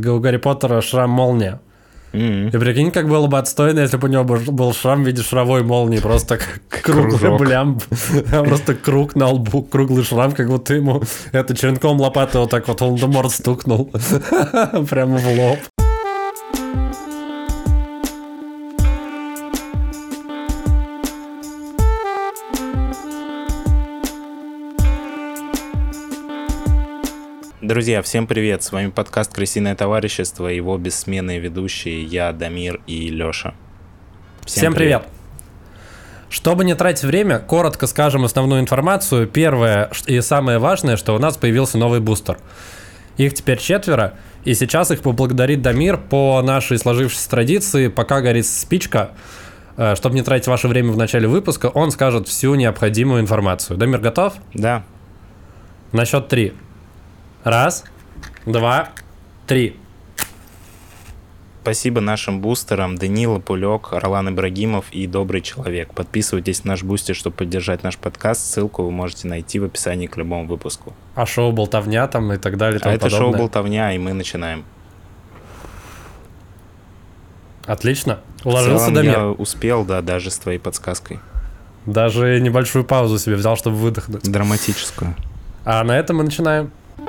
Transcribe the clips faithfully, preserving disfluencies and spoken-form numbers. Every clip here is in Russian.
у Гарри Поттера шрам молния. Mm-hmm. И прикинь, как было бы отстойно, если бы у него был шрам в виде шаровой молнии. Просто круглый блям. Просто круг на лбу, круглый шрам, как будто ему это черенком лопаты вот так вот Волан-де-Морт стукнул. Прямо в лоб. Друзья, всем привет! С вами подкаст «Крысиное товарищество» и его бессменные ведущие я, Дамир и Лёша. Всем, всем привет. привет! Чтобы не тратить время, коротко скажем основную информацию. Первое и самое важное, что у нас появился новый бустер. Их теперь четверо, и сейчас их поблагодарит Дамир по нашей сложившейся традиции. Пока горит спичка, чтобы не тратить ваше время в начале выпуска, он скажет всю необходимую информацию. Дамир, готов? Да. На счет три. Раз, два, три. Спасибо нашим бустерам Данила, Пулек, Орлан Ибрагимов и Добрый Человек. Подписывайтесь на наш бустер, чтобы поддержать наш подкаст. Ссылку вы можете найти в описании к любому выпуску. А шоу «Болтовня» там и так далее. И а это подобное. Шоу «Болтовня», и мы начинаем. Отлично. Уложился, Дамир? Я успел, да, даже с твоей подсказкой. Даже небольшую паузу себе взял, чтобы выдохнуть. Драматическую. А на этом мы начинаем.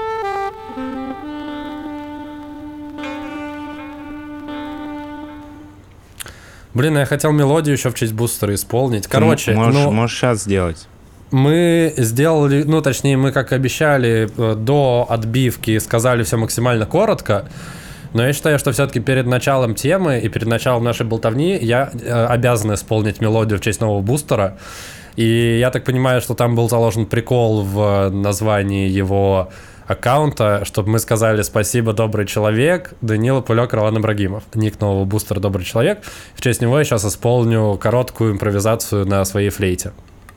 Блин, я хотел мелодию еще в честь бустера исполнить. Короче, можешь, ну, можешь сейчас сделать. Мы сделали, ну, точнее, мы, как обещали, до отбивки сказали все максимально коротко. Но я считаю, что все-таки перед началом темы и перед началом нашей болтовни я э, обязан исполнить мелодию в честь нового бустера. И я так понимаю, что там был заложен прикол в названии его аккаунта, чтобы мы сказали спасибо, Добрый Человек, Данила, Пулек, Орлан Ибрагимов. Ник нового бустера Добрый Человек. В честь него я сейчас исполню короткую импровизацию на своей флейте.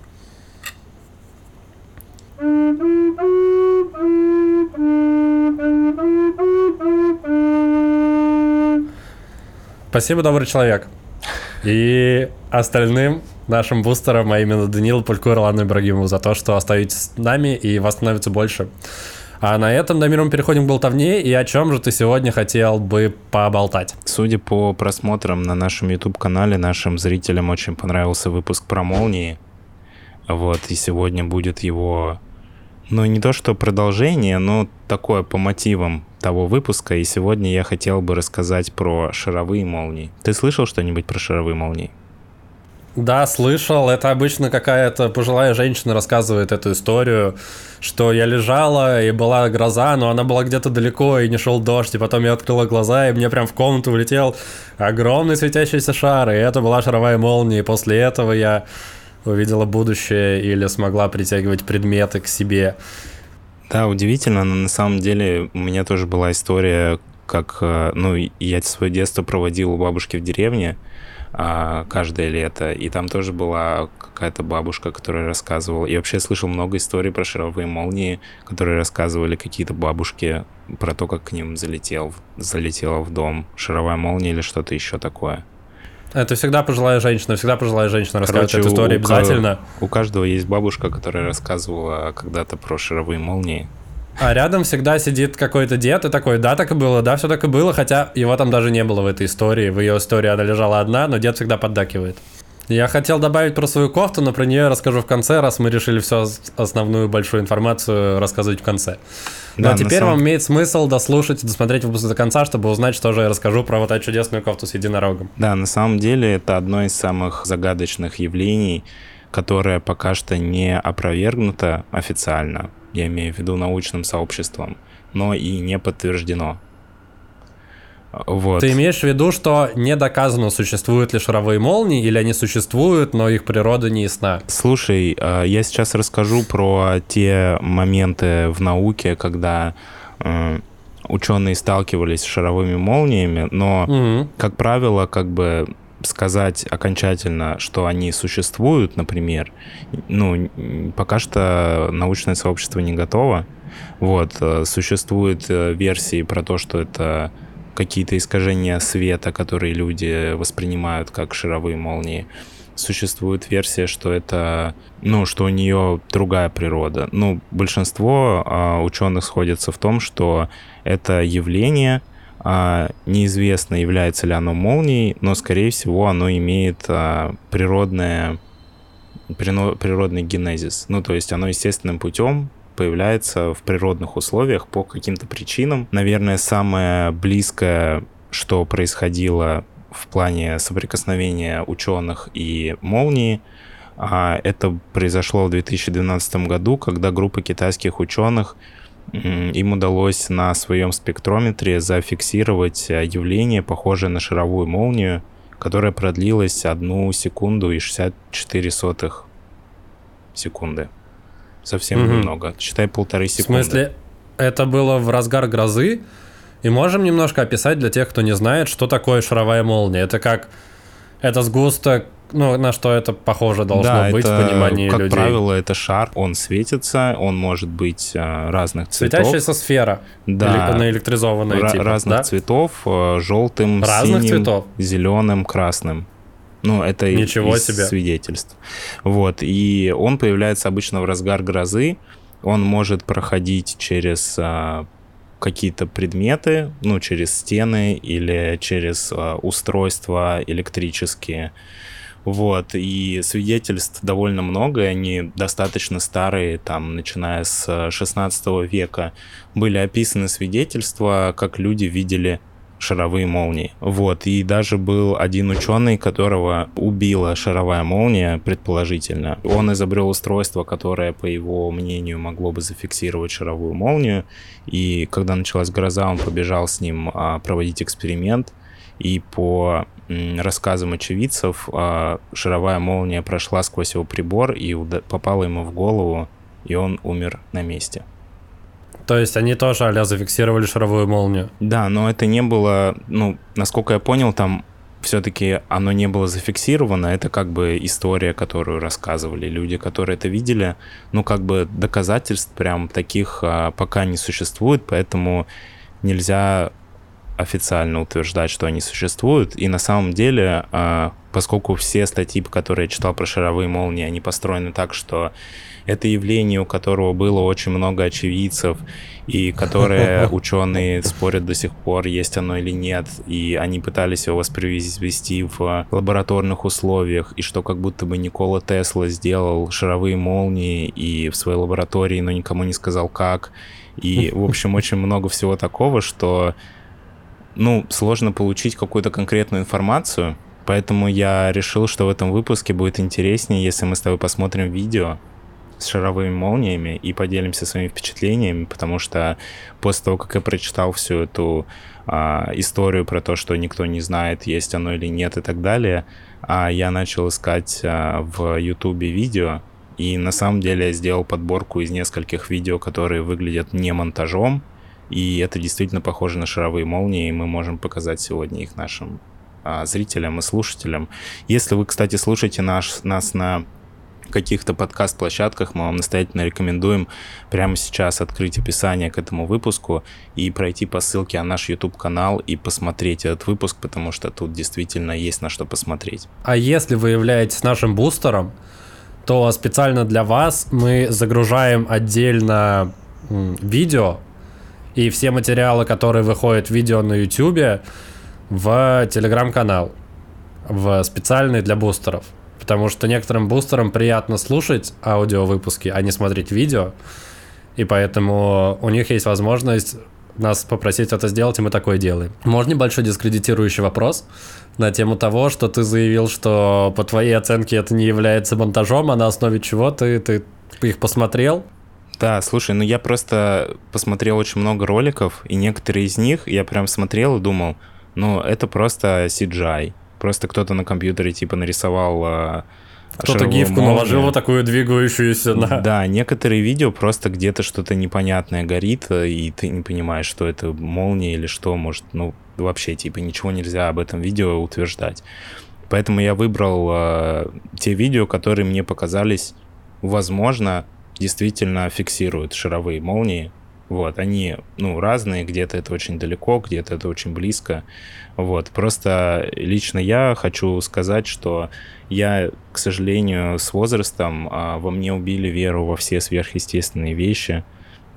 Спасибо, Добрый Человек. И остальным нашим бустерам, а именно Данилу, Пульку и Орлану Ибрагимову, за то, что остаетесь с нами и вас становится больше. А на этом, Дамир, мы переходим к болтовне. И о чем же ты сегодня хотел бы поболтать? Судя по просмотрам на нашем YouTube-канале, нашим зрителям очень понравился выпуск про молнии. Вот, и сегодня будет его, ну, не то что продолжение, но такое по мотивам того выпуска. И сегодня я хотел бы рассказать про шаровые молнии. Ты слышал что-нибудь про шаровые молнии? Да, слышал. Это обычно какая-то пожилая женщина рассказывает эту историю, что я лежала, и была гроза, но она была где-то далеко, и не шел дождь, и потом я открыла глаза, и мне прям в комнату улетел огромный светящийся шар, и это была шаровая молния, и после этого я увидела будущее или смогла притягивать предметы к себе. Да, удивительно, но на самом деле у меня тоже была история, как, ну, я свое детство проводил у бабушки в деревне, каждое лето, и там тоже была какая-то бабушка, которая рассказывала, и вообще я слышал много историй про шаровые молнии, которые рассказывали какие-то бабушки про то, как к ним залетел, залетела в дом шаровая молния или что-то еще такое. Это всегда пожилая женщина, всегда пожилая женщина рассказывает Короче, эту историю у, обязательно. У каждого есть бабушка, которая рассказывала когда-то про шаровые молнии. А рядом всегда сидит какой-то дед и такой, да, так и было, да, все так и было, хотя его там даже не было в этой истории. В ее истории она лежала одна, но дед всегда поддакивает. Я хотел добавить про свою кофту, но про нее я расскажу в конце, раз мы решили всю основную большую информацию рассказывать в конце. Но да, теперь самом... вам имеет смысл дослушать и досмотреть выпуск до конца, чтобы узнать, что же я расскажу про вот эту чудесную кофту с единорогом. Да, на самом деле это одно из самых загадочных явлений, которое пока что не опровергнуто официально, я имею в виду научным сообществом, но и не подтверждено. Вот. Ты имеешь в виду, что не доказано, существуют ли шаровые молнии, или они существуют, но их природа не ясна? Слушай, я сейчас расскажу про те моменты в науке, когда ученые сталкивались с шаровыми молниями, но, угу. как правило, как бы сказать окончательно, что они существуют, например, ну, пока что научное сообщество не готово. Вот, существуют версии про то, что это какие-то искажения света, которые люди воспринимают как шаровые молнии. Существует версия, что это, ну, что у нее другая природа. Ну, большинство а, ученых сходятся в том, что это явление, А, неизвестно, является ли оно молнией, но, скорее всего, оно имеет а, природное, природный генезис. Ну, то есть оно естественным путем появляется в природных условиях по каким-то причинам. Наверное, самое близкое, что происходило в плане соприкосновения ученых и молнии, это произошло в две тысячи двенадцатом году, когда группа китайских ученых, им удалось на своем спектрометре зафиксировать явление, похожее на шаровую молнию, которая продлилась одну секунду и шестьдесят четыре сотых секунды. Совсем угу. немного. Считай, полторы секунды. В смысле, это было в разгар грозы? И можем немножко описать для тех, кто не знает, что такое шаровая молния. Это как... Это сгусток... Ну, на что это похоже должно да, быть это, в понимании как людей? Как правило, это шар, он светится, он может быть а, разных цветов. Светящаяся сфера, да, наэлектризованная Р- типа, разных да? цветов, желтым, разных синим, цветов? зеленым, красным. Ну, это Ничего из себе. свидетельств. Вот, и он появляется обычно в разгар грозы, он может проходить через а, какие-то предметы, ну, через стены или через а, устройства электрические. Вот, и свидетельств довольно много, они достаточно старые, там, начиная с шестнадцатого века, были описаны свидетельства, как люди видели шаровые молнии. Вот, и даже был один ученый, которого убила шаровая молния, предположительно. Он изобрел устройство, которое, по его мнению, могло бы зафиксировать шаровую молнию, и когда началась гроза, он побежал с ним а, проводить эксперимент, и по рассказам очевидцев, шаровая молния прошла сквозь его прибор и попала ему в голову, и он умер на месте. То есть они тоже а-ля зафиксировали шаровую молнию? Да, но это не было, ну, насколько я понял, там все-таки оно не было зафиксировано, это как бы история, которую рассказывали люди, которые это видели, ну, как бы доказательств прям таких пока не существует, поэтому нельзя официально утверждать, что они существуют. И на самом деле, поскольку все статьи, которые я читал про шаровые молнии, они построены так, что это явление, у которого было очень много очевидцев, и которые ученые спорят до сих пор, есть оно или нет, и они пытались его воспроизвести в лабораторных условиях, и что как будто бы Никола Тесла сделал шаровые молнии и в своей лаборатории, но никому не сказал как. И, в общем, очень много всего такого, что ну, сложно получить какую-то конкретную информацию, поэтому я решил, что в этом выпуске будет интереснее, если мы с тобой посмотрим видео с шаровыми молниями и поделимся своими впечатлениями, потому что после того, как я прочитал всю эту а, историю про то, что никто не знает, есть оно или нет и так далее, а, я начал искать а, в Ютубе видео, и на самом деле я сделал подборку из нескольких видео, которые выглядят не монтажом, и это действительно похоже на шаровые молнии, и мы можем показать сегодня их нашим а, зрителям и слушателям. Если вы, кстати, слушаете наш, нас на каких-то подкаст-площадках, мы вам настоятельно рекомендуем прямо сейчас открыть описание к этому выпуску и пройти по ссылке на наш YouTube-канал и посмотреть этот выпуск, потому что тут действительно есть на что посмотреть. А если вы являетесь нашим бустером, то специально для вас мы загружаем отдельно м, видео, и все материалы, которые выходят в видео на YouTube, в Telegram-канал, в специальный для бустеров. Потому что некоторым бустерам приятно слушать аудиовыпуски, а не смотреть видео. И поэтому у них есть возможность нас попросить это сделать, и мы такое делаем. Можно небольшой дискредитирующий вопрос на тему того, что ты заявил, что по твоей оценке это не является монтажом, а на основе чего ты, ты их посмотрел? Да, слушай, ну я просто посмотрел очень много роликов, и некоторые из них я прям смотрел и думал, ну это просто си джи ай. Просто кто-то на компьютере типа нарисовал а, кто-то гифку молнию. наложил вот такую двигающуюся. На... Да, некоторые видео просто где-то что-то непонятное горит, и ты не понимаешь, что это молния или что, может, ну вообще типа ничего нельзя об этом видео утверждать. Поэтому я выбрал а, те видео, которые мне показались, возможно, действительно фиксируют шаровые молнии. Вот, они, ну, разные, где-то это очень далеко, где-то это очень близко. Вот, просто лично я хочу сказать, что я, к сожалению, с возрастом а, во мне убили веру во все сверхъестественные вещи.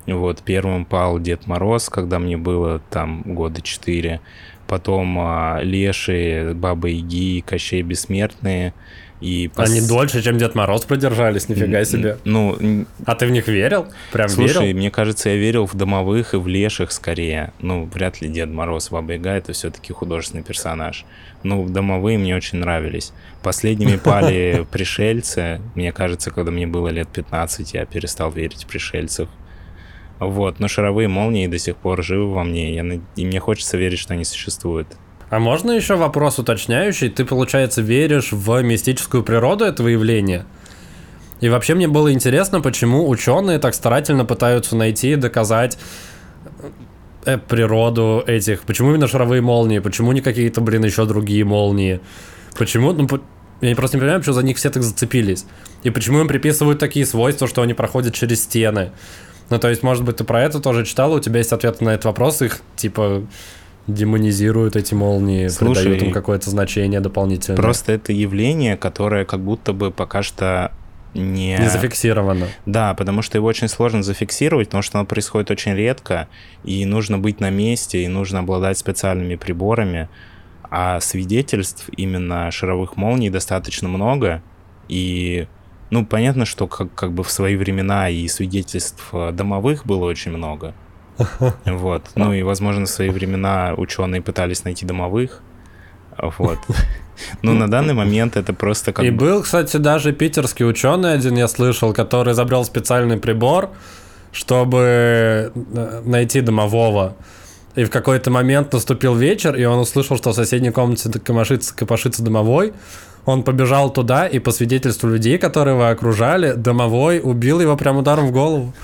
Вот, первым пал Дед Мороз, когда мне было там года четыре. Потом а, Леший, Баба Яги, Кощей Бессмертные. И пос... Они дольше, чем Дед Мороз продержались, нифига себе. Ну, а ты в них верил? Прям слушай, верил? мне кажется, я верил в домовых и в леших скорее. Ну, вряд ли Дед Мороз, Баба Яга — это все-таки художественный персонаж. Ну, домовые мне очень нравились. Последними пали пришельцы. Мне кажется, когда мне было лет пятнадцать, я перестал верить в пришельцев. Вот, но шаровые молнии до сих пор живы во мне, я, и мне хочется верить, что они существуют. А можно еще вопрос уточняющий? Ты, получается, веришь в мистическую природу этого явления? И вообще мне было интересно, почему ученые так старательно пытаются найти и доказать э, природу этих... Почему именно шаровые молнии? Почему не какие-то, блин, еще другие молнии? Почему... Ну, я просто не понимаю, почему за них все так зацепились. И почему им приписывают такие свойства, что они проходят через стены? Ну, то есть, может быть, ты про это тоже читал, у тебя есть ответ на этот вопрос, их, типа, демонизируют эти молнии, Слушай, придают им какое-то значение дополнительное. Просто это явление, которое как будто бы пока что не... Не зафиксировано. Да, потому что его очень сложно зафиксировать, потому что оно происходит очень редко, и нужно быть на месте, и нужно обладать специальными приборами, а свидетельств именно шаровых молний достаточно много, и... Ну, понятно, что как, как бы в свои времена и свидетельств домовых было очень много. Вот. Ну и, возможно, в свои времена ученые пытались найти домовых. Вот. Но на данный момент это просто как... И был, кстати, даже питерский ученый один, я слышал, который изобрел специальный прибор, чтобы найти домового. И в какой-то момент наступил вечер, и он услышал, что в соседней комнате копошится, копошится домовой. Он побежал туда, и по свидетельству людей, которые его окружали, домовой убил его прям ударом в голову.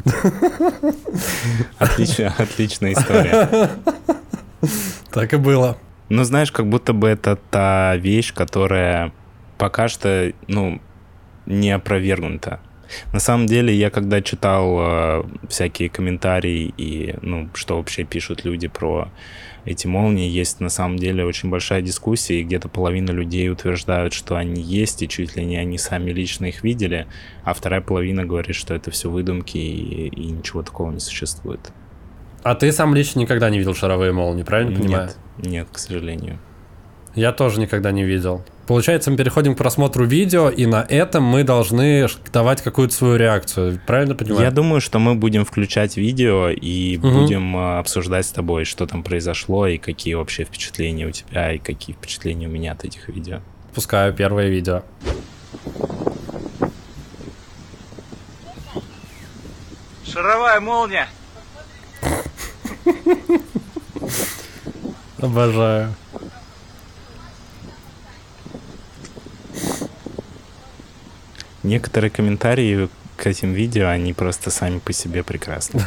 Отлично, отличная история. Так и было. Ну, знаешь, как будто бы это та вещь, которая пока что, ну, не опровергнута. На самом деле, я когда читал э, всякие комментарии и, ну, что вообще пишут люди про эти молнии, есть на самом деле очень большая дискуссия, и где-то половина людей утверждают, что они есть, и чуть ли не они сами лично их видели, а вторая половина говорит, что это все выдумки, и, и ничего такого не существует. А ты сам лично никогда не видел шаровые молнии, правильно понимаю? Нет, нет, к сожалению. Я тоже никогда не видел. Получается, мы переходим к просмотру видео, и на этом мы должны давать какую-то свою реакцию. Правильно понимаю? Я думаю, что мы будем включать видео и угу. будем обсуждать с тобой, что там произошло, и какие вообще впечатления у тебя, и какие впечатления у меня от этих видео. Пускаю первое видео. Шаровая молния! Обожаю. Некоторые комментарии к этим видео, они просто сами по себе прекрасны.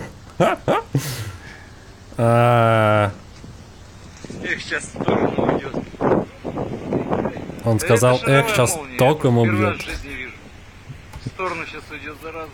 Эх, сейчас в сторону уйдет. Он сказал, эх, сейчас током убьет. В сторону сейчас уйдет, зараза.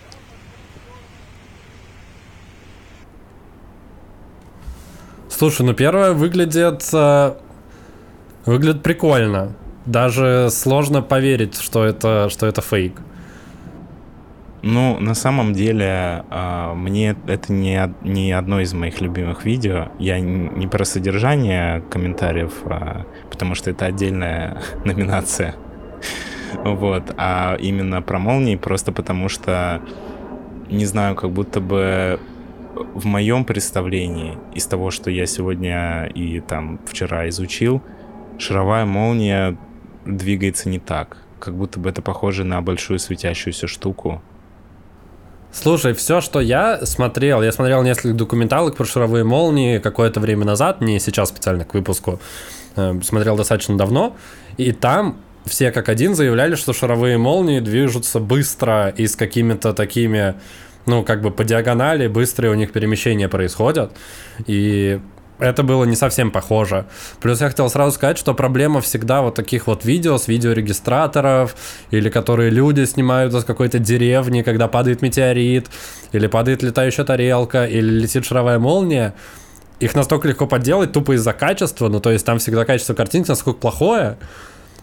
Слушай, ну первое выглядит... Выглядит прикольно. Даже сложно поверить, что это, что это фейк. Ну, на самом деле, мне это не, не одно из моих любимых видео. Я не про содержание комментариев, потому что это отдельная номинация. Вот, а именно про молнии, просто потому что, не знаю, как будто бы в моем представлении, из того, что я сегодня и там вчера изучил, шаровая молния двигается не так. Как будто бы это похоже на большую светящуюся штуку. Слушай, все, что я смотрел, я смотрел несколько документалок про шаровые молнии какое-то время назад, не сейчас специально к выпуску, э, смотрел достаточно давно, и там все как один заявляли, что шаровые молнии движутся быстро и с какими-то такими, ну, как бы по диагонали, быстрые у них перемещения происходят, и... Это было не совсем похоже. Плюс я хотел сразу сказать, что проблема всегда вот таких вот видео с видеорегистраторов, или которые люди снимают из какой-то деревни, когда падает метеорит, или падает летающая тарелка, или летит шаровая молния. Их настолько легко подделать тупо из-за качества, ну то есть там всегда качество картинки насколько плохое,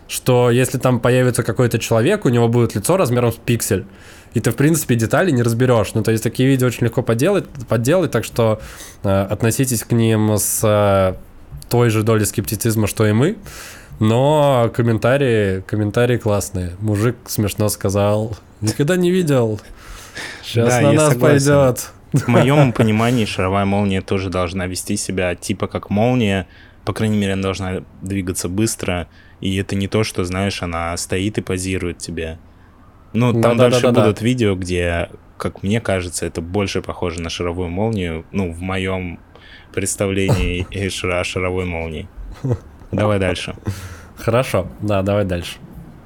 что если там появится какой-то человек, у него будет лицо размером с пиксель, и ты, в принципе, детали не разберешь. Ну, то есть такие видео очень легко поделать, подделать, так что э, относитесь к ним с э, той же долей скептицизма, что и мы. Но комментарии, комментарии классные. Мужик смешно сказал. Никогда не видел. Сейчас Да, на я нас согласен. пойдет. В моем понимании шаровая молния тоже должна вести себя типа как молния. По крайней мере, она должна двигаться быстро. И это не то, что, знаешь, она стоит и позирует тебе. Ну, там Да, да, дальше да, да, будут да. видео, где, как мне кажется, это больше похоже на шаровую молнию. Ну, в моем представлении о шаровой молнии. Давай дальше. Хорошо, да, давай дальше.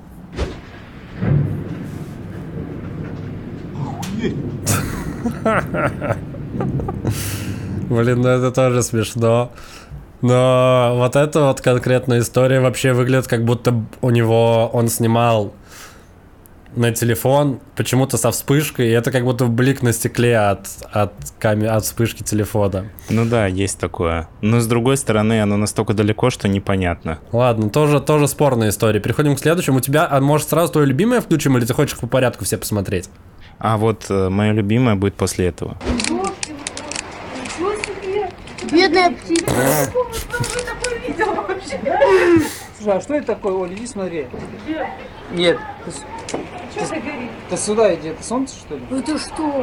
Блин, ну это тоже смешно. Но вот эта вот конкретная история вообще выглядит, как будто у него он снимал на телефон почему-то со вспышкой, и это как будто блик на стекле от, от, камер, от вспышки телефона. Ну да, есть такое. Но с другой стороны, оно настолько далеко, что непонятно. Ладно, тоже, тоже спорная история. Переходим к следующему. У тебя, а может, сразу твое любимое включим, или ты хочешь их по порядку все посмотреть? А вот э, мое любимое будет после этого. Бедная птица. Слушай, а что это такое, Оля? Иди смотри. Нет. Ты, с- ты, ты сюда иди. Это солнце, что ли? Это что?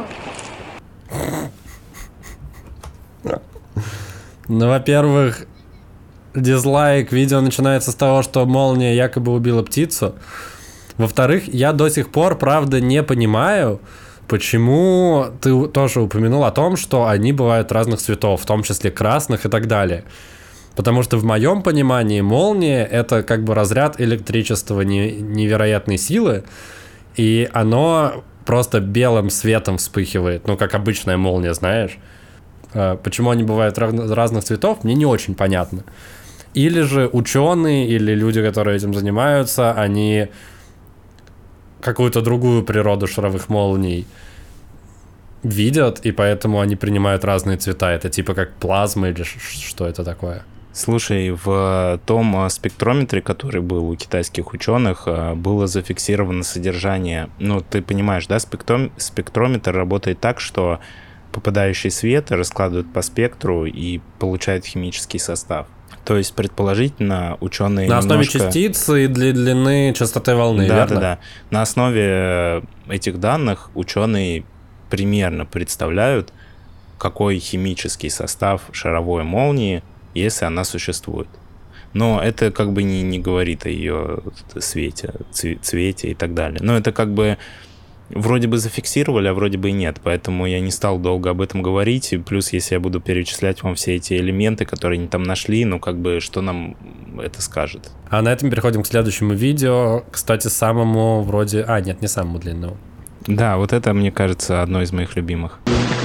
Ну, во-первых, дизлайк. Видео начинается с того, что молния якобы убила птицу. Во-вторых, я до сих пор, правда, не понимаю, почему ты тоже упомянул о том, что они бывают разных цветов, в том числе красных и так далее. Потому что в моем понимании молния — это как бы разряд электричества не- невероятной силы, и оно просто белым светом вспыхивает, ну, как обычная молния, знаешь. А почему они бывают рав- разных цветов, мне не очень понятно. Или же ученые, или люди, которые этим занимаются, они какую-то другую природу шаровых молний видят, и поэтому они принимают разные цвета. Это типа как плазма или ш- что это такое? Слушай, в том э, спектрометре, который был у китайских ученых, э, было зафиксировано содержание. Ну, ты понимаешь, да, спектром... спектрометр работает так, что попадающий свет раскладывают по спектру и получают химический состав. То есть, предположительно, ученые На основе немножко... частиц и для длины частоты волны, Да, верно? да, да. На основе этих данных ученые примерно представляют, какой химический состав шаровой молнии, если она существует. Но это как бы не, не говорит о ее свете, цве- цвете и так далее. Но это как бы вроде бы зафиксировали, а вроде бы и нет. Поэтому я не стал долго об этом говорить. И плюс, если я буду перечислять вам все эти элементы, которые они там нашли, ну как бы что нам это скажет? А на этом переходим к следующему видео. Кстати, самому вроде... А, нет, не самому длинному. Да, вот это, мне кажется, одно из моих любимых.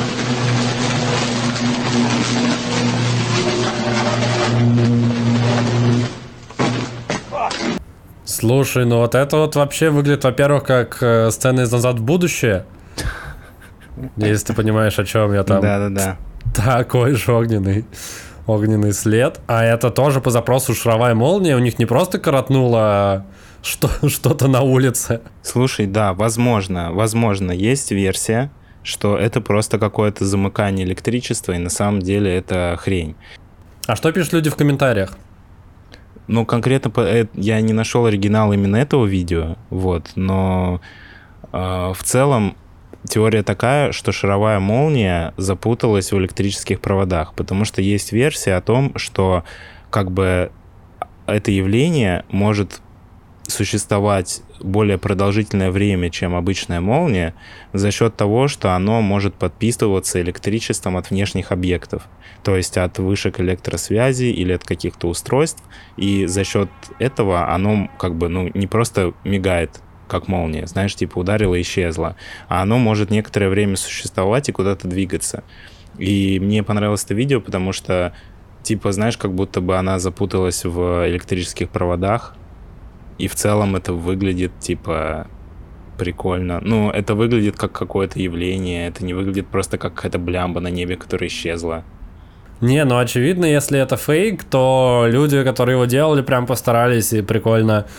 Слушай, ну вот это вот вообще выглядит, во-первых, как э, сцена из «Назад в будущее». Если ты понимаешь, о чем я там. Да-да-да. Такой же огненный, огненный след. А это тоже по запросу шаровая молния. У них не просто коротнуло что, что-то на улице. Слушай, да, возможно, возможно, есть версия, что это просто какое-то замыкание электричества, и на самом деле это хрень. А что пишут люди в комментариях? Ну, конкретно по- э, я не нашел оригинал именно этого видео, вот, но э, в целом теория такая, что шаровая молния запуталась в электрических проводах, потому что есть версия о том, что как бы это явление может существовать более продолжительное время, чем обычная молния, за счет того, что оно может подпитываться электричеством от внешних объектов, то есть от вышек электросвязи или от каких-то устройств, и за счет этого оно как бы, ну, не просто мигает, как молния, знаешь, типа ударило и исчезло, а оно может некоторое время существовать и куда-то двигаться. И мне понравилось это видео, потому что, типа, знаешь, как будто бы она запуталась в электрических проводах, и в целом это выглядит, типа, прикольно. Ну, это выглядит как какое-то явление, это не выглядит просто как какая-то блямба на небе, которая исчезла. Не, ну очевидно, если это фейк, то люди, которые его делали, прям постарались и прикольно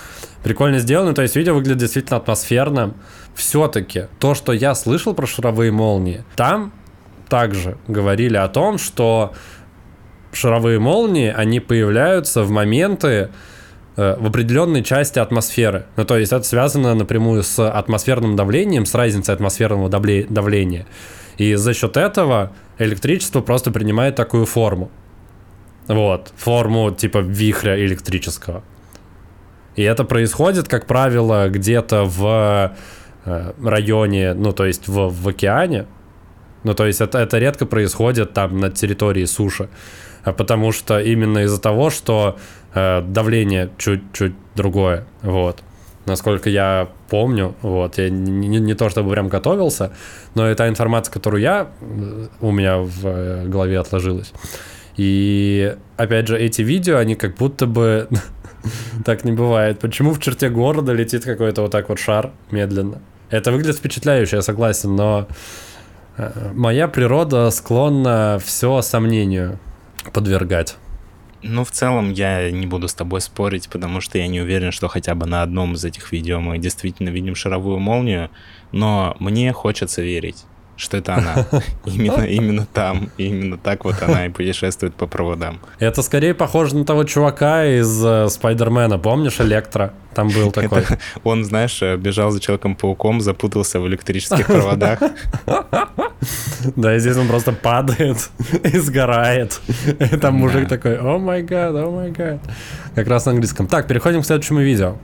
Прикольно сделано, то есть видео выглядит действительно атмосферным. Все-таки то, что я слышал про шаровые молнии, там также говорили о том, что шаровые молнии, они появляются в моменты э, в определенной части атмосферы. Ну, то есть это связано напрямую с атмосферным давлением, с разницей атмосферного давле- давления. И за счет этого электричество просто принимает такую форму. Вот, форму типа вихря электрического. И это происходит, как правило, где-то в э, районе, ну, то есть в, в океане. Ну, то есть это, это редко происходит там на территории суши. Потому что именно из-за того, что э, давление чуть-чуть другое. Вот. Насколько я помню, вот, я не, не, не то чтобы прям готовился, но это информация, которую я, у меня в голове отложилась. И, опять же, эти видео, они как будто бы... Так не бывает. Почему в черте города летит какой-то вот так вот шар медленно? Это выглядит впечатляюще, я согласен, но моя природа склонна все сомнению подвергать. Ну, в целом, я не буду с тобой спорить, потому что я не уверен, что хотя бы на одном из этих видео мы действительно видим шаровую молнию, но мне хочется верить, что это она. Именно, именно там, именно так вот она и путешествует по проводам. Это скорее похоже на того чувака из э, Спайдермена, помнишь, Электро? Там был такой. Это, он, знаешь, бежал за Человеком-пауком, запутался в электрических проводах. Да, и здесь он просто падает и сгорает. И там мужик такой, о май гад, о май гад. Как раз на английском. Так, переходим к следующему видео.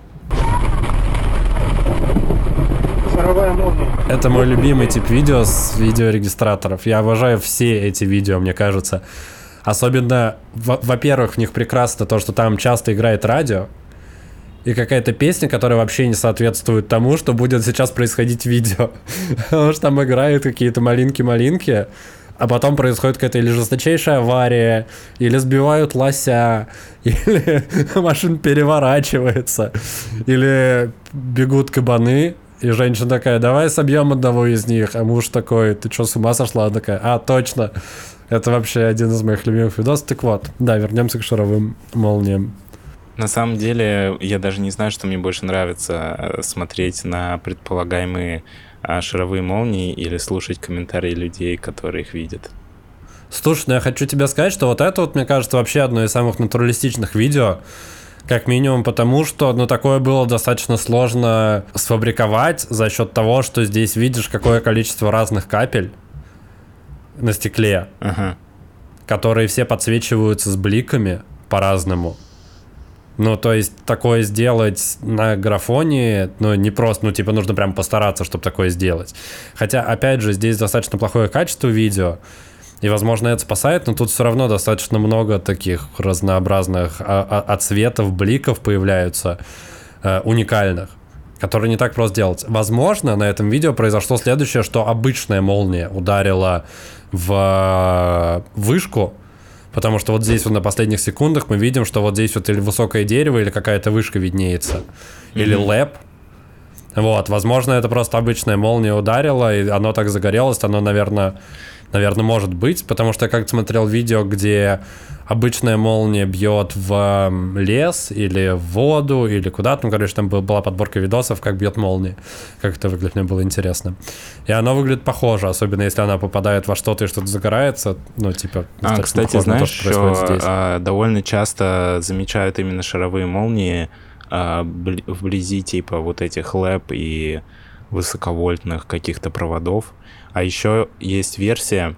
Это мой любимый тип видео с видеорегистраторов. Я обожаю все эти видео, мне кажется. Особенно, во-первых, в них прекрасно то, что там часто играет радио. И какая-то песня, которая вообще не соответствует тому, что будет сейчас происходить в видео. Потому что там играют какие-то малинки-малинки, а потом происходит какая-то или жесточайшая авария, или сбивают лося, или машина переворачивается, или бегут кабаны. И женщина такая, давай собьем одного из них. А муж такой, ты что, с ума сошла? Она такая, а, точно. Это вообще один из моих любимых видосов. Так вот, да, вернемся к шаровым молниям. На самом деле, я даже не знаю, что мне больше нравится смотреть на предполагаемые шаровые молнии или слушать комментарии людей, которые их видят. Слушай, ну я хочу тебе сказать, что вот это вот, мне кажется, вообще одно из самых натуралистичных видео. Как минимум потому, что ну, такое было достаточно сложно сфабриковать за счет того, что здесь видишь какое количество разных капель на стекле, ага. которые все подсвечиваются с бликами по-разному. Ну, то есть такое сделать на графоне, ну, не просто, ну, типа, нужно прям постараться, чтобы такое сделать. Хотя, опять же, здесь достаточно плохое качество видео, и, возможно, это спасает, но тут все равно достаточно много таких разнообразных отцветов, бликов появляются, э, уникальных, которые не так просто делать. Возможно, на этом видео произошло следующее, что обычная молния ударила в вышку, потому что вот здесь вот на последних секундах мы видим, что вот здесь вот или высокое дерево, или какая-то вышка виднеется, mm-hmm. или лэп. Вот, возможно, это просто обычная молния ударила, и оно так загорелось, оно, наверное... Наверное, может быть, потому что я как-то смотрел видео, где обычная молния бьет в лес или в воду, или куда-то. Ну, короче, там была подборка видосов, как бьет молния. Как это выглядит, мне было интересно. И оно выглядит похоже, особенно если она попадает во что-то и что-то загорается. Ну, типа, а, кстати, знаешь, то, что еще здесь. А, довольно часто замечают именно шаровые молнии а, вблизи, типа, вот этих лэп и высоковольтных каких-то проводов. А еще есть версия,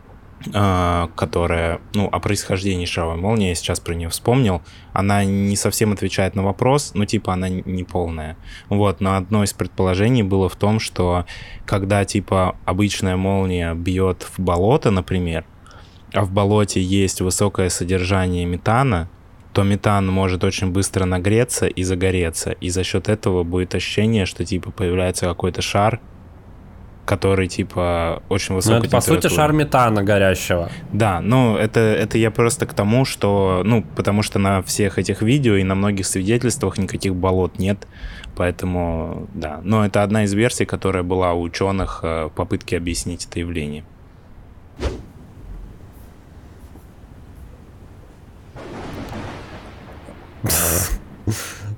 э, которая, ну, о происхождении шаровой молнии, я сейчас про нее вспомнил. Она не совсем отвечает на вопрос, ну, типа, она не полная. Вот, но одно из предположений было в том, что когда, типа, обычная молния бьет в болото, например, а в болоте есть высокое содержание метана, то метан может очень быстро нагреться и загореться. И за счет этого будет ощущение, что, типа, появляется какой-то шар, который, типа, очень высокой температуры. Ну, это, по сути, шар метана горящего. Да, ну, это, это я просто к тому, что, ну, потому что на всех этих видео и на многих свидетельствах никаких болот нет, поэтому, да. Но это одна из версий, которая была у ученых в попытке объяснить это явление.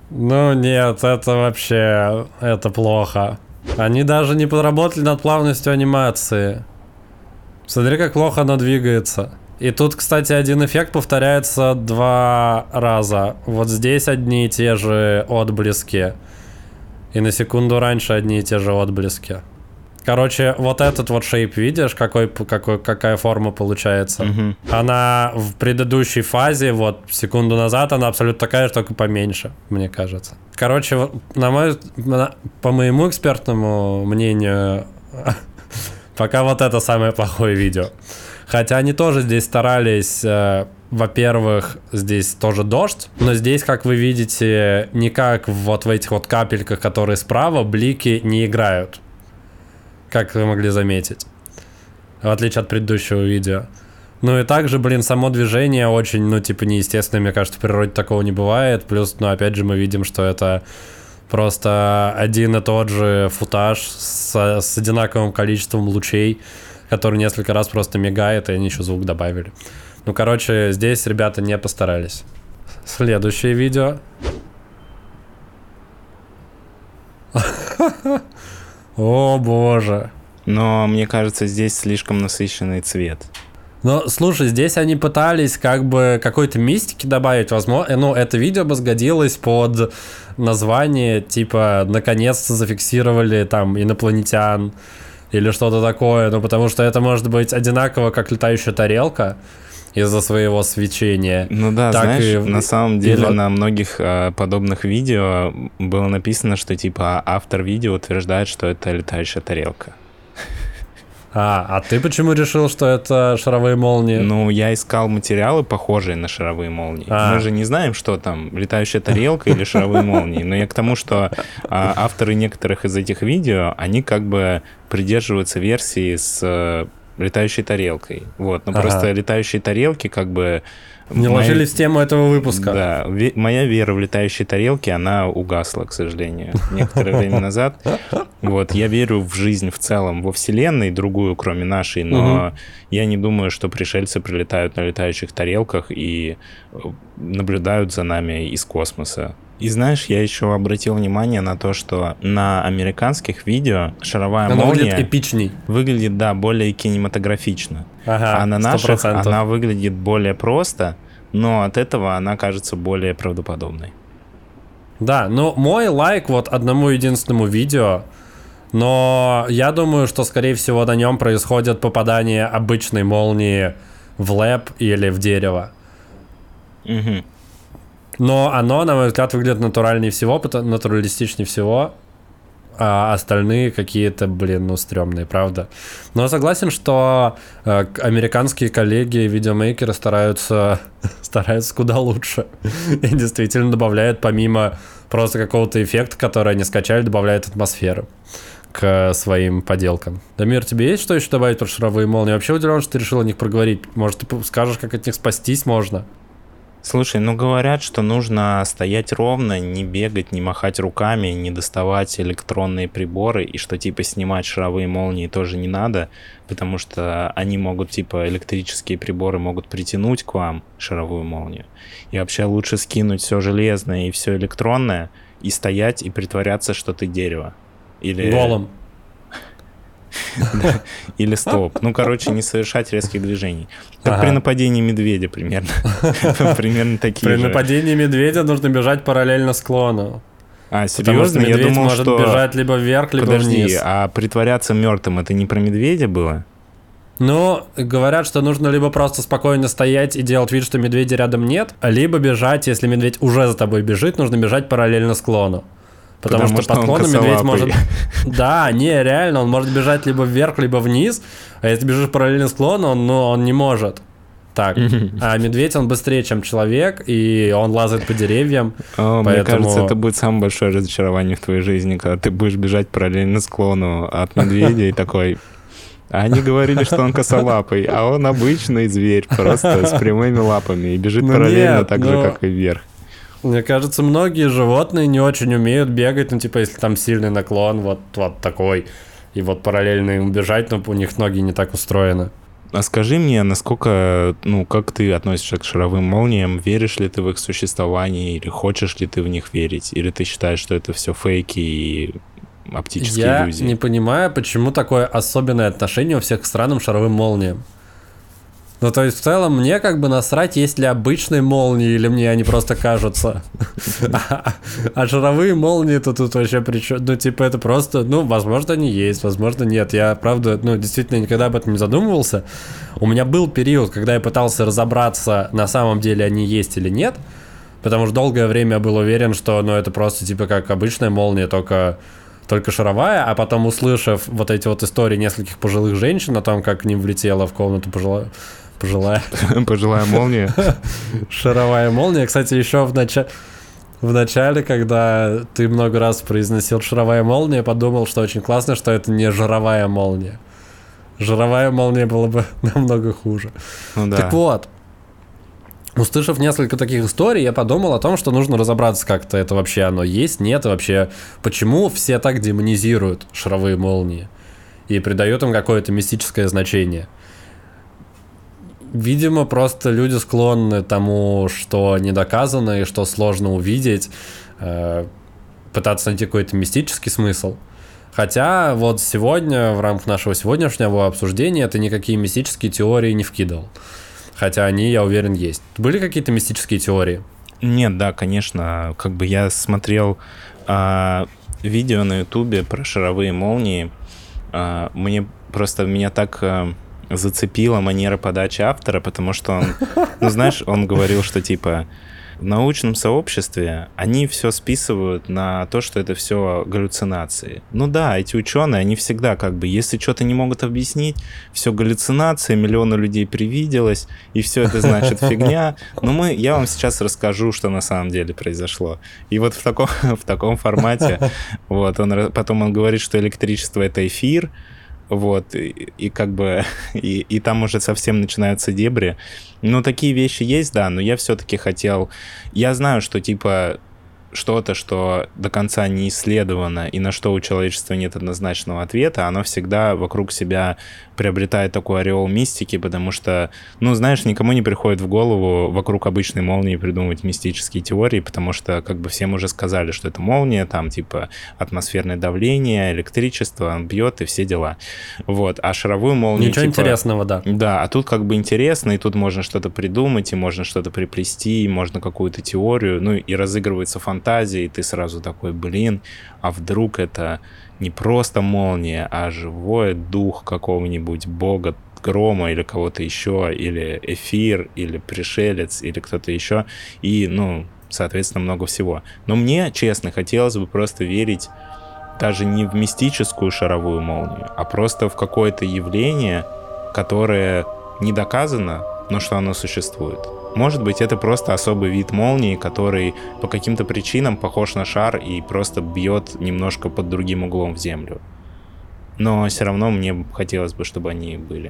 Ну нет, это вообще, это плохо. Они даже не подработали над плавностью анимации. Смотри, как плохо она двигается. И тут, кстати, один эффект повторяется два раза. Вот здесь одни и те же отблески. И на секунду раньше одни и те же отблески. Короче, вот этот вот шейп, видишь, какой, какой, какая форма получается? Угу. Она в предыдущей фазе, вот секунду назад, она абсолютно такая же, только поменьше, мне кажется. Короче, на мой, на, по моему экспертному мнению, пока вот это самое плохое видео. Хотя они тоже здесь старались, э, во-первых, здесь тоже дождь, но здесь, как вы видите, никак вот в этих вот капельках, которые справа, блики не играют. Как вы могли заметить. В отличие от предыдущего видео. Ну и также, блин, само движение очень, ну, типа, неестественное. Мне кажется, в природе такого не бывает. Плюс, ну, опять же, мы видим, что это просто один и тот же футаж с, с одинаковым количеством лучей, который несколько раз просто мигает, и они еще звук добавили. Ну, короче, здесь ребята не постарались. Следующее видео. О боже. Но мне кажется, здесь слишком насыщенный цвет. Ну, слушай, здесь они пытались как бы какой-то мистики добавить, возможно, ну, это видео бы сгодилось под название, типа, наконец-то зафиксировали там инопланетян или что-то такое, ну, потому что это может быть одинаково, как летающая тарелка из-за своего свечения. Ну да, так знаешь, и, на самом деле и... на многих э, подобных видео было написано, что типа автор видео утверждает, что это летающая тарелка. А, а ты почему решил, что это шаровые молнии? Ну, я искал материалы, похожие на шаровые молнии. А. Мы же не знаем, что там, летающая тарелка или шаровые молнии. Но я к тому, что а, авторы некоторых из этих видео, они как бы придерживаются версии с а, летающей тарелкой. Вот, но ага. просто летающие тарелки как бы... Не моя... ложились в тему этого выпуска. Да, ве- моя вера в летающие тарелки, она угасла, к сожалению, некоторое время назад. Вот, я верю в жизнь в целом, во Вселенной, другую, кроме нашей, но угу. я не думаю, что пришельцы прилетают на летающих тарелках и наблюдают за нами из космоса. И знаешь, я еще обратил внимание на то, что на американских видео шаровая она молния выглядит эпичней. Выглядит, да, более кинематографично. Ага, а на наших сто процентов она выглядит более просто, но от этого она кажется более правдоподобной. Да, ну мой лайк вот одному единственному видео, но я думаю, что скорее всего на нем происходит попадание обычной молнии в лэп или в дерево. Угу. Но оно, на мой взгляд, выглядит натуральнее всего, натуралистичнее всего, а остальные какие-то, блин, ну, стрёмные, правда. Но я согласен, что э, американские коллеги, видеомейкеры стараются, стараются куда лучше. И действительно добавляют, помимо просто какого-то эффекта, который они скачали, добавляют атмосферу к своим поделкам. Дамир, тебе есть что еще добавить про шаровые молнии? Я вообще удивлен, что ты решил о них проговорить. Может, ты скажешь, как от них спастись можно? Слушай, ну говорят, что нужно стоять ровно, не бегать, не махать руками, не доставать электронные приборы, и что типа снимать шаровые молнии тоже не надо, потому что они могут, типа электрические приборы могут притянуть к вам шаровую молнию. И вообще лучше скинуть все железное и все электронное, и стоять и притворяться, что ты дерево. Или... голым. Или стоп. Ну, короче, не совершать резких движений. Как ага. при нападении медведя примерно. Примерно такие При же. нападении медведя нужно бежать параллельно склону. А, серьезно? Я думал, может что... бежать либо вверх, либо Подожди, вниз. а притворяться мертвым, это не про медведя было? Ну, говорят, что нужно либо просто спокойно стоять и делать вид, что медведя рядом нет, либо бежать, если медведь уже за тобой бежит, нужно бежать параллельно склону. Потому, Потому что, что под склоном медведь может... Да, не, реально, он может бежать либо вверх, либо вниз, а если бежишь параллельно склону, он, ну, он не может. Так, а медведь, он быстрее, чем человек, и он лазает по деревьям. О, поэтому... Мне кажется, это будет самое большое разочарование в твоей жизни, когда ты будешь бежать параллельно склону от медведя и такой... Они говорили, что он косолапый, а он обычный зверь, просто с прямыми лапами, и бежит ну параллельно нет, так но... же, как и вверх. Мне кажется, многие животные не очень умеют бегать, ну, типа, если там сильный наклон, вот, вот такой, и вот параллельно им бежать, но у них ноги не так устроены. А скажи мне, насколько, ну, как ты относишься к шаровым молниям? Веришь ли ты в их существование или хочешь ли ты в них верить? Или ты считаешь, что это все фейки и оптические Я иллюзии? не понимаю, почему такое особенное отношение у всех к странным шаровым молниям. Ну, то есть, в целом, мне как бы насрать, есть ли обычные молнии, или мне они просто кажутся. А шаровые молнии-то тут вообще причем... Ну, типа, это просто... Ну, возможно, они есть, возможно, нет. Я, правда, ну, действительно, никогда об этом не задумывался. У меня был период, когда я пытался разобраться, на самом деле они есть или нет. Потому что долгое время я был уверен, что, ну, это просто, типа, как обычная молния, только... только шаровая, а потом, услышав вот эти вот истории нескольких пожилых женщин о том, как к ним влетела в комнату пожилая... Пожилая. Пожилая молния. Шаровая молния. Кстати, еще в, нач... в начале, когда ты много раз произносил шаровая молния, подумал, что очень классно, что это не жировая молния. Жировая молния была бы намного хуже. Ну, да. Так вот, услышав несколько таких историй, я подумал о том, что нужно разобраться как-то, это вообще оно есть, нет, и вообще, почему все так демонизируют шаровые молнии и придают им какое-то мистическое значение. Видимо, просто люди склонны тому, что не доказано и что сложно увидеть, э, пытаться найти какой-то мистический смысл. Хотя вот сегодня, в рамках нашего сегодняшнего обсуждения, ты никакие мистические теории не вкидывал. Хотя они, я уверен, есть. Были какие-то мистические теории? Нет, да, конечно. Как бы я смотрел а, видео на Ютубе про шаровые молнии. А, мне просто меня так... А, зацепила манера подачи автора, потому что он, ну знаешь, он говорил, что типа в научном сообществе они все списывают на то, что это все галлюцинации. Ну да, эти ученые, они всегда как бы, если что-то не могут объяснить, все галлюцинации, миллионы людей привиделось, и все это значит фигня. Но мы, я вам сейчас расскажу, что на самом деле произошло. И вот в таком, в таком формате, вот, он, потом он говорит, что электричество — это эфир. Вот, и, и как бы, и, и там уже совсем начинаются дебри. Ну, такие вещи есть, да, но я все-таки хотел... Я знаю, что, типа, что-то, что до конца не исследовано, и на что у человечества нет однозначного ответа, оно всегда вокруг себя приобретает такой ореол мистики, потому что, ну, знаешь, никому не приходит в голову вокруг обычной молнии придумывать мистические теории, потому что, как бы, всем уже сказали, что это молния, там, типа, атмосферное давление, электричество, он бьет и все дела. Вот, а шаровую молнию... Ничего типа, интересного, да. Да, а тут как бы интересно, и тут можно что-то придумать, и можно что-то приплести, и можно какую-то теорию, ну, и разыгрывается фантазия, и ты сразу такой, блин, а вдруг это... не просто молния, а живой дух какого-нибудь бога грома или кого-то еще, или эфир, или пришелец, или кто-то еще, и, ну, соответственно, много всего. Но мне, честно, хотелось бы просто верить даже не в мистическую шаровую молнию, а просто в какое-то явление, которое не доказано, но что оно существует. Может быть, это просто особый вид молнии, который по каким-то причинам похож на шар и просто бьет немножко под другим углом в землю. Но все равно мне хотелось бы, чтобы они были.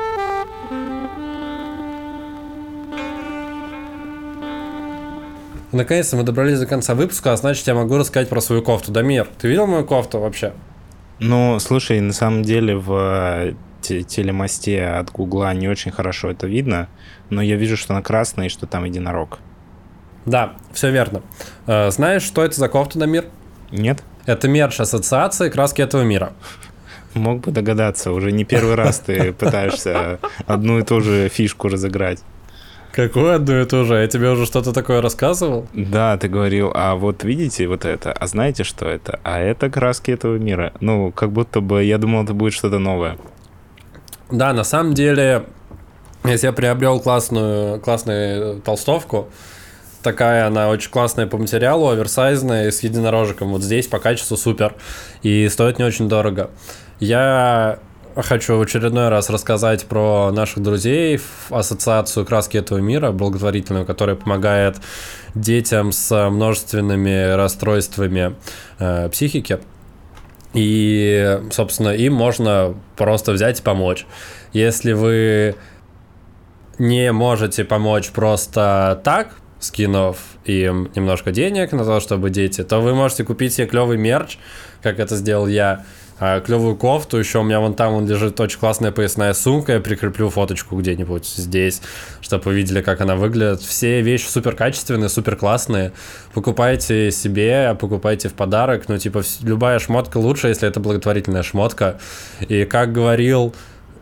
Наконец-то мы добрались до конца выпуска, а значит, я могу рассказать про свою кофту. Дамир, ты видел мою кофту вообще? Ну, слушай, на самом деле в телемосте от Гугла не очень хорошо это видно, но я вижу, что она красная и что там единорог. Да, все верно. Знаешь, что это за кофта, Дамир? Нет? Это мерч ассоциации «Краски этого мира». Мог бы догадаться, уже не первый раз ты пытаешься одну и ту же фишку разыграть. Какую одну и ту же? Я тебе уже что-то такое рассказывал? Да, ты говорил, а вот видите вот это, а знаете, что это? А это краски этого мира. Ну, как будто бы я думал, это будет что-то новое. Да, на самом деле, если я приобрел классную, классную толстовку, такая она очень классная по материалу, оверсайзная, с единорожиком. Вот здесь по качеству супер. И стоит не очень дорого. Я хочу в очередной раз рассказать про наших друзей в ассоциацию «Краски этого мира», благотворительную, которая помогает детям с множественными расстройствами э, психики. И, собственно, им можно просто взять и помочь. Если вы не можете помочь просто так, скинув им немножко денег на то, чтобы дети, то вы можете купить себе клевый мерч, как это сделал я, клевую кофту, еще у меня вон там вон лежит очень классная поясная сумка, я прикреплю фоточку где-нибудь здесь, чтобы вы видели, как она выглядит. Все вещи супер качественные, супер классные. Покупайте себе, покупайте в подарок, ну типа любая шмотка лучше, если это благотворительная шмотка. И как говорил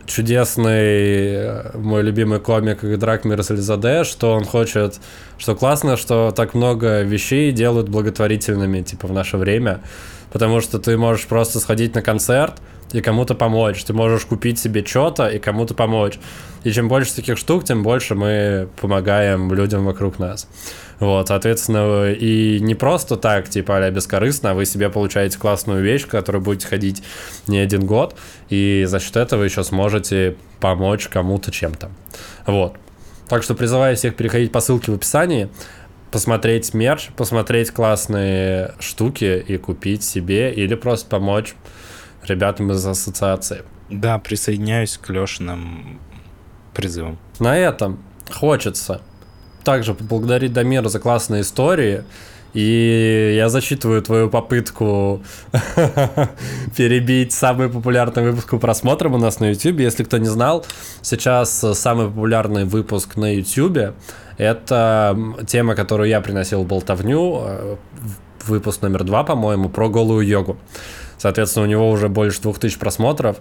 чудесный мой любимый комик Идрак Мирзализаде, что он хочет, что классно, что так много вещей делают благотворительными, типа в наше время. Потому что ты можешь просто сходить на концерт и кому-то помочь. Ты можешь купить себе что-то и кому-то помочь. И чем больше таких штук, тем больше мы помогаем людям вокруг нас. Вот, соответственно, и не просто так, типа, а-ля бескорыстно, а вы себе получаете классную вещь, в которой будете ходить не один год, и за счет этого еще сможете помочь кому-то чем-то. Вот. Так что призываю всех переходить по ссылке в описании, посмотреть мерч, посмотреть классные штуки и купить себе или просто помочь ребятам из ассоциации. Да, присоединяюсь к Лешиным призывам. На этом хочется также поблагодарить Дамира за классные истории. И я зачитываю твою попытку перебить самый популярный выпуск по просмотрам у нас на YouTube. Если кто не знал, сейчас самый популярный выпуск на YouTube — это тема, которую я приносил в болтовню, выпуск номер два, по-моему, про голую йогу. Соответственно, у него уже больше двух тысяч просмотров.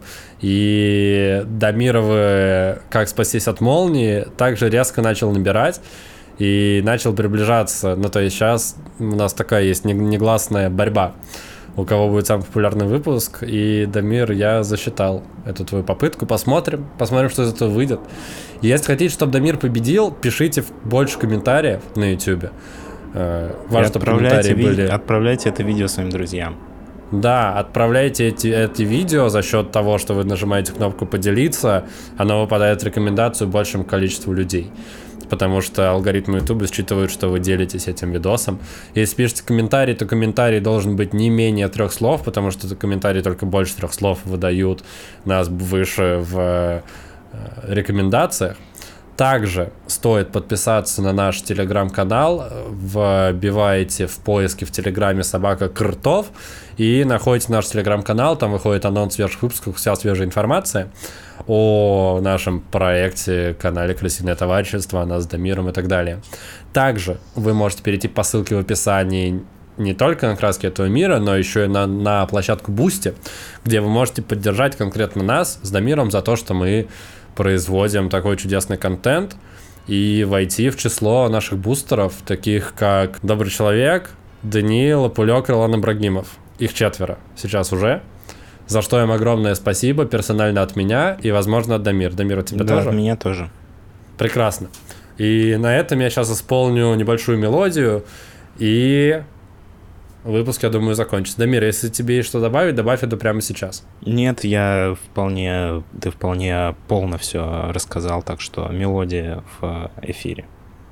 И Дамировы «Как спастись от молнии» также резко начал набирать и начал приближаться. Ну, то есть сейчас у нас такая есть негласная борьба, у кого будет самый популярный выпуск. И, Дамир, я засчитал эту твою попытку. Посмотрим, посмотрим, что из этого выйдет. И если хотите, чтобы Дамир победил, пишите больше комментариев на YouTube. Важно, чтобы комментарии ви- были... Отправляйте это видео своим друзьям. Да, отправляйте эти, эти видео за счет того, что вы нажимаете кнопку «Поделиться», оно выпадает в рекомендацию большему количеству людей. Потому что алгоритмы YouTube считывают, что вы делитесь этим видосом. Если пишете комментарий, то комментарий должен быть не менее трех слов, потому что комментарии только больше трех слов выдают нас выше в рекомендациях. Также стоит подписаться на наш телеграм-канал, вбиваете в поиске в телеграме «Собака Кртов» и находите наш телеграм-канал, там выходит анонс свежих выпусков, вся свежая информация о нашем проекте, канале «Крысиное товарищество», о нас с Дамиром и так далее. Также вы можете перейти по ссылке в описании не только на краски этого мира, но еще и на, на площадку Boosty, где вы можете поддержать конкретно нас с Дамиром за то, что мы производим такой чудесный контент, и войти в число наших бустеров, таких как Добрый Человек, Даниил, Пулек и Лан Ибрагимов. Их четверо сейчас уже. За что им огромное спасибо персонально от меня и, возможно, от Дамира. Дамир, от тебя да, тоже? от меня тоже. Прекрасно. И на этом я сейчас исполню небольшую мелодию, и выпуск, я думаю, закончится. Дамир, если тебе есть что добавить, добавь это прямо сейчас. Нет, я вполне, ты вполне полно все рассказал, так что мелодия в эфире.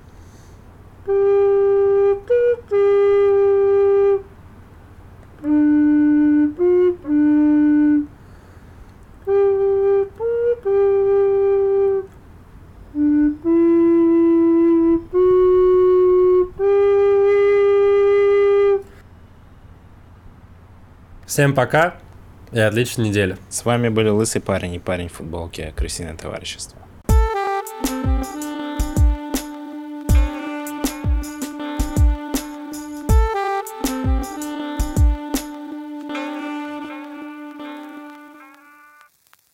Всем пока и отличной недели. С вами были Лысый парень и парень в футболке «Крысиное товарищество».